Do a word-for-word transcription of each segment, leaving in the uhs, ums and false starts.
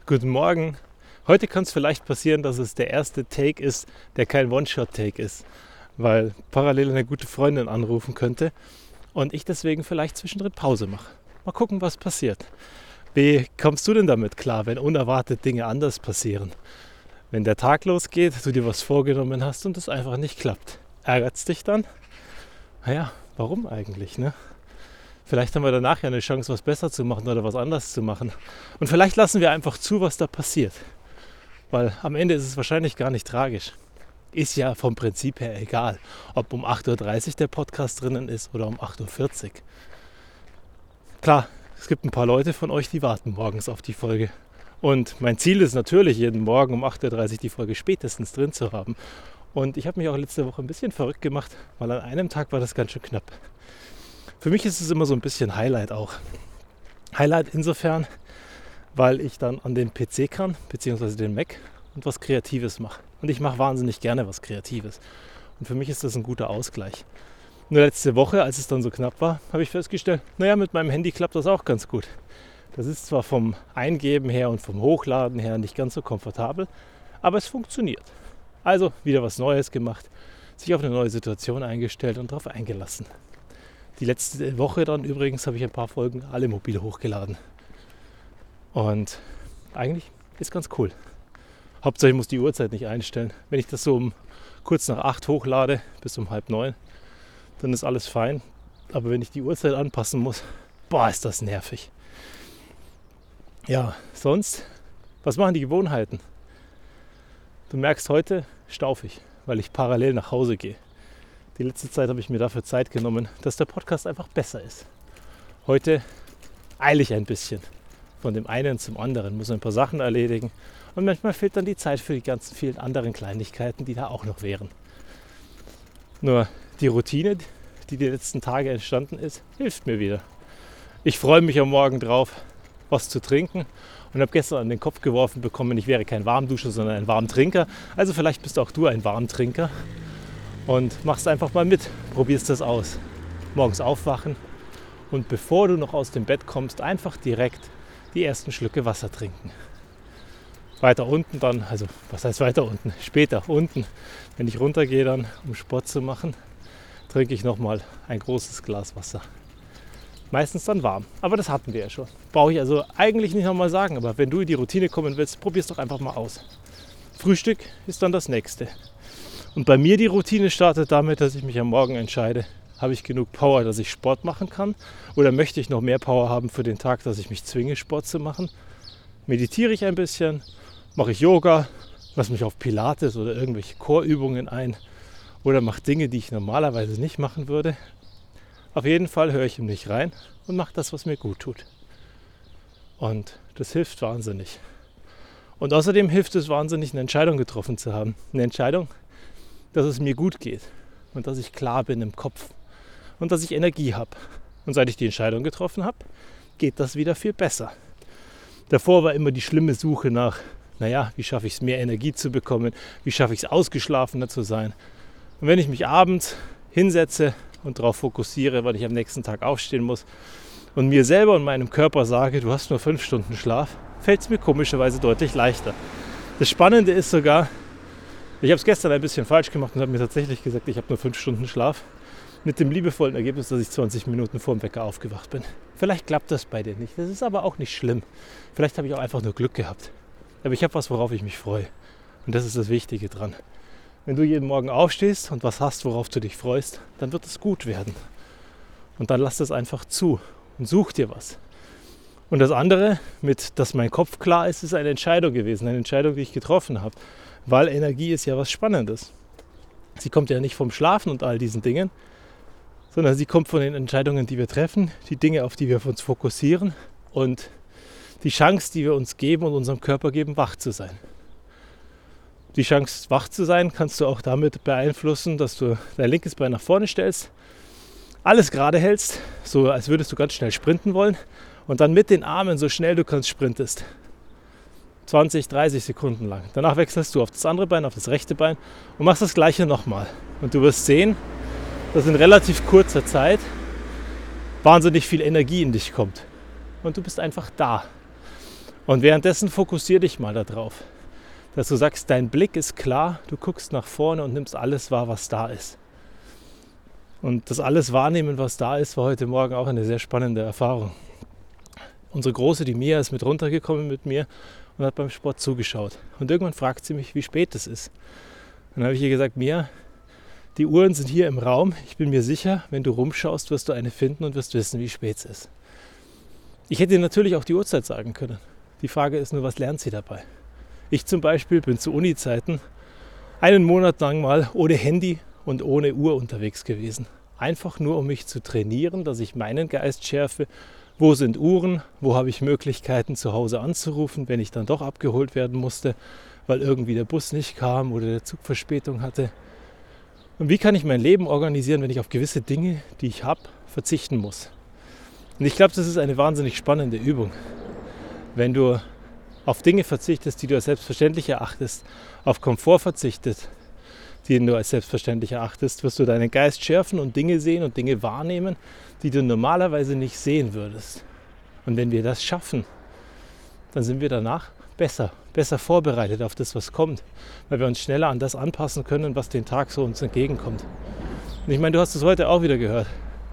Guten Morgen. Heute kann es vielleicht passieren, dass es der erste Take ist, der kein One-Shot-Take ist, weil parallel eine gute Freundin anrufen könnte und ich deswegen vielleicht zwischendrin Pause mache. Mal gucken, was passiert. Wie kommst du denn damit klar, wenn unerwartet Dinge anders passieren? Wenn der Tag losgeht, du dir was vorgenommen hast und es einfach nicht klappt. Ärgert es dich dann? Naja, warum eigentlich, ne? Vielleicht haben wir danach ja eine Chance, was besser zu machen oder was anders zu machen. Und vielleicht lassen wir einfach zu, was da passiert. Weil am Ende ist es wahrscheinlich gar nicht tragisch. Ist ja vom Prinzip her egal, ob um acht Uhr dreißig der Podcast drinnen ist oder um acht Uhr vierzig. Klar, es gibt ein paar Leute von euch, die warten morgens auf die Folge. Und mein Ziel ist natürlich, jeden Morgen um acht Uhr dreißig die Folge spätestens drin zu haben. Und ich habe mich auch letzte Woche ein bisschen verrückt gemacht, weil an einem Tag war das ganz schön knapp. Für mich ist es immer so ein bisschen Highlight auch. Highlight insofern, weil ich dann an den P C kann, beziehungsweise den Mac und was Kreatives mache. Und ich mache wahnsinnig gerne was Kreatives. Und für mich ist das ein guter Ausgleich. Nur letzte Woche, als es dann so knapp war, habe ich festgestellt, naja, mit meinem Handy klappt das auch ganz gut. Das ist zwar vom Eingeben her und vom Hochladen her nicht ganz so komfortabel, aber es funktioniert. Also wieder was Neues gemacht, sich auf eine neue Situation eingestellt und darauf eingelassen. Die letzte Woche dann übrigens habe ich ein paar Folgen alle mobil hochgeladen. Und eigentlich ist ganz cool. Hauptsache ich muss die Uhrzeit nicht einstellen. Wenn ich das so um kurz nach acht hochlade, bis um halb neun, dann ist alles fein. Aber wenn ich die Uhrzeit anpassen muss, boah, ist das nervig. Ja, sonst, was machen die Gewohnheiten? Du merkst heute staufig, weil ich parallel nach Hause gehe. Die letzte Zeit habe ich mir dafür Zeit genommen, dass der Podcast einfach besser ist. Heute eile ich ein bisschen von dem einen zum anderen, muss ein paar Sachen erledigen und manchmal fehlt dann die Zeit für die ganzen vielen anderen Kleinigkeiten, die da auch noch wären. Nur die Routine, die die letzten Tage entstanden ist, hilft mir wieder. Ich freue mich am Morgen drauf, was zu trinken und habe gestern an den Kopf geworfen bekommen, ich wäre kein Warmduscher, sondern ein Warmtrinker. Also vielleicht bist auch du ein Warmtrinker. Und machst einfach mal mit, probierst das aus. Morgens aufwachen und bevor du noch aus dem Bett kommst, einfach direkt die ersten Schlücke Wasser trinken. Weiter unten dann, also was heißt weiter unten? Später unten, wenn ich runtergehe dann, um Sport zu machen, trinke ich nochmal ein großes Glas Wasser. Meistens dann warm, aber das hatten wir ja schon. Brauche ich also eigentlich nicht nochmal sagen, aber wenn du in die Routine kommen willst, probier's doch einfach mal aus. Frühstück ist dann das nächste. Und bei mir die Routine startet damit, dass ich mich am Morgen entscheide, habe ich genug Power, dass ich Sport machen kann? Oder möchte ich noch mehr Power haben für den Tag, dass ich mich zwinge, Sport zu machen? Meditiere ich ein bisschen, mache ich Yoga, lasse mich auf Pilates oder irgendwelche Core-Übungen ein oder mache Dinge, die ich normalerweise nicht machen würde. Auf jeden Fall höre ich in mich rein und mache das, was mir gut tut. Und das hilft wahnsinnig. Und außerdem hilft es wahnsinnig, eine Entscheidung getroffen zu haben. Eine Entscheidung, dass es mir gut geht und dass ich klar bin im Kopf und dass ich Energie habe. Und seit ich die Entscheidung getroffen habe, geht das wieder viel besser. Davor war immer die schlimme Suche nach, naja, wie schaffe ich es, mehr Energie zu bekommen, wie schaffe ich es, ausgeschlafener zu sein. Und wenn ich mich abends hinsetze und darauf fokussiere, weil ich am nächsten Tag aufstehen muss und mir selber und meinem Körper sage, du hast nur fünf Stunden Schlaf, fällt es mir komischerweise deutlich leichter. Das Spannende ist sogar, ich habe es gestern ein bisschen falsch gemacht und habe mir tatsächlich gesagt, ich habe nur fünf Stunden Schlaf. Mit dem liebevollen Ergebnis, dass ich zwanzig Minuten vor dem Wecker aufgewacht bin. Vielleicht klappt das bei dir nicht. Das ist aber auch nicht schlimm. Vielleicht habe ich auch einfach nur Glück gehabt. Aber ich habe was, worauf ich mich freue. Und das ist das Wichtige dran. Wenn du jeden Morgen aufstehst und was hast, worauf du dich freust, dann wird es gut werden. Und dann lass das einfach zu und such dir was. Und das andere, mit dass mein Kopf klar ist, ist eine Entscheidung gewesen. Eine Entscheidung, die ich getroffen habe. Weil Energie ist ja was Spannendes. Sie kommt ja nicht vom Schlafen und all diesen Dingen, sondern sie kommt von den Entscheidungen, die wir treffen, die Dinge, auf die wir uns fokussieren und die Chance, die wir uns geben und unserem Körper geben, wach zu sein. Die Chance, wach zu sein, kannst du auch damit beeinflussen, dass du dein linkes Bein nach vorne stellst, alles gerade hältst, so als würdest du ganz schnell sprinten wollen und dann mit den Armen so schnell du kannst sprintest. zwanzig, dreißig Sekunden lang. Danach wechselst du auf das andere Bein, auf das rechte Bein und machst das gleiche nochmal. Und du wirst sehen, dass in relativ kurzer Zeit wahnsinnig viel Energie in dich kommt. Und du bist einfach da. Und währenddessen fokussier dich mal darauf, dass du sagst, dein Blick ist klar, du guckst nach vorne und nimmst alles wahr, was da ist. Und das alles wahrnehmen, was da ist, war heute Morgen auch eine sehr spannende Erfahrung. Unsere Große, die Mia, ist mit runtergekommen mit mir und hat beim Sport zugeschaut. Und irgendwann fragt sie mich, wie spät es ist. Und dann habe ich ihr gesagt, Mia, die Uhren sind hier im Raum. Ich bin mir sicher, wenn du rumschaust, wirst du eine finden und wirst wissen, wie spät es ist. Ich hätte dir natürlich auch die Uhrzeit sagen können. Die Frage ist nur, was lernt sie dabei? Ich zum Beispiel bin zu Uni-Zeiten einen Monat lang mal ohne Handy und ohne Uhr unterwegs gewesen. Einfach nur, um mich zu trainieren, dass ich meinen Geist schärfe. Wo sind Uhren? Wo habe ich Möglichkeiten, zu Hause anzurufen, wenn ich dann doch abgeholt werden musste, weil irgendwie der Bus nicht kam oder der Zug Verspätung hatte? Und wie kann ich mein Leben organisieren, wenn ich auf gewisse Dinge, die ich habe, verzichten muss? Und ich glaube, das ist eine wahnsinnig spannende Übung. Wenn du auf Dinge verzichtest, die du als selbstverständlich erachtest, auf Komfort verzichtest, den du als selbstverständlich erachtest, wirst du deinen Geist schärfen und Dinge sehen und Dinge wahrnehmen, die du normalerweise nicht sehen würdest. Und wenn wir das schaffen, dann sind wir danach besser, besser vorbereitet auf das, was kommt, weil wir uns schneller an das anpassen können, was den Tag so uns entgegenkommt. Und ich meine, du hast es heute auch wieder gehört.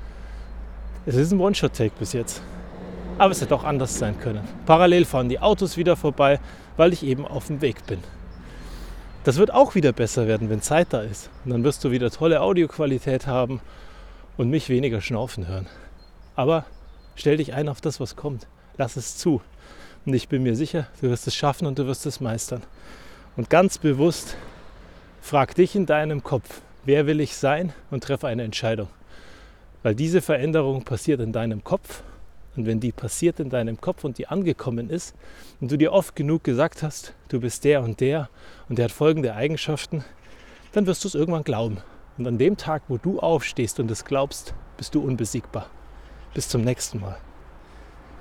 Es ist ein One-Shot-Take bis jetzt. Aber es hätte auch anders sein können. Parallel fahren die Autos wieder vorbei, weil ich eben auf dem Weg bin. Das wird auch wieder besser werden, wenn Zeit da ist. Und dann wirst du wieder tolle Audioqualität haben und mich weniger schnaufen hören. Aber stell dich ein auf das, was kommt. Lass es zu. Und ich bin mir sicher, du wirst es schaffen und du wirst es meistern. Und ganz bewusst frag dich in deinem Kopf, wer will ich sein, und treffe eine Entscheidung. Weil diese Veränderung passiert in deinem Kopf. Und wenn die passiert in deinem Kopf und die angekommen ist und du dir oft genug gesagt hast, du bist der und der und der hat folgende Eigenschaften, dann wirst du es irgendwann glauben. Und an dem Tag, wo du aufstehst und es glaubst, bist du unbesiegbar. Bis zum nächsten Mal.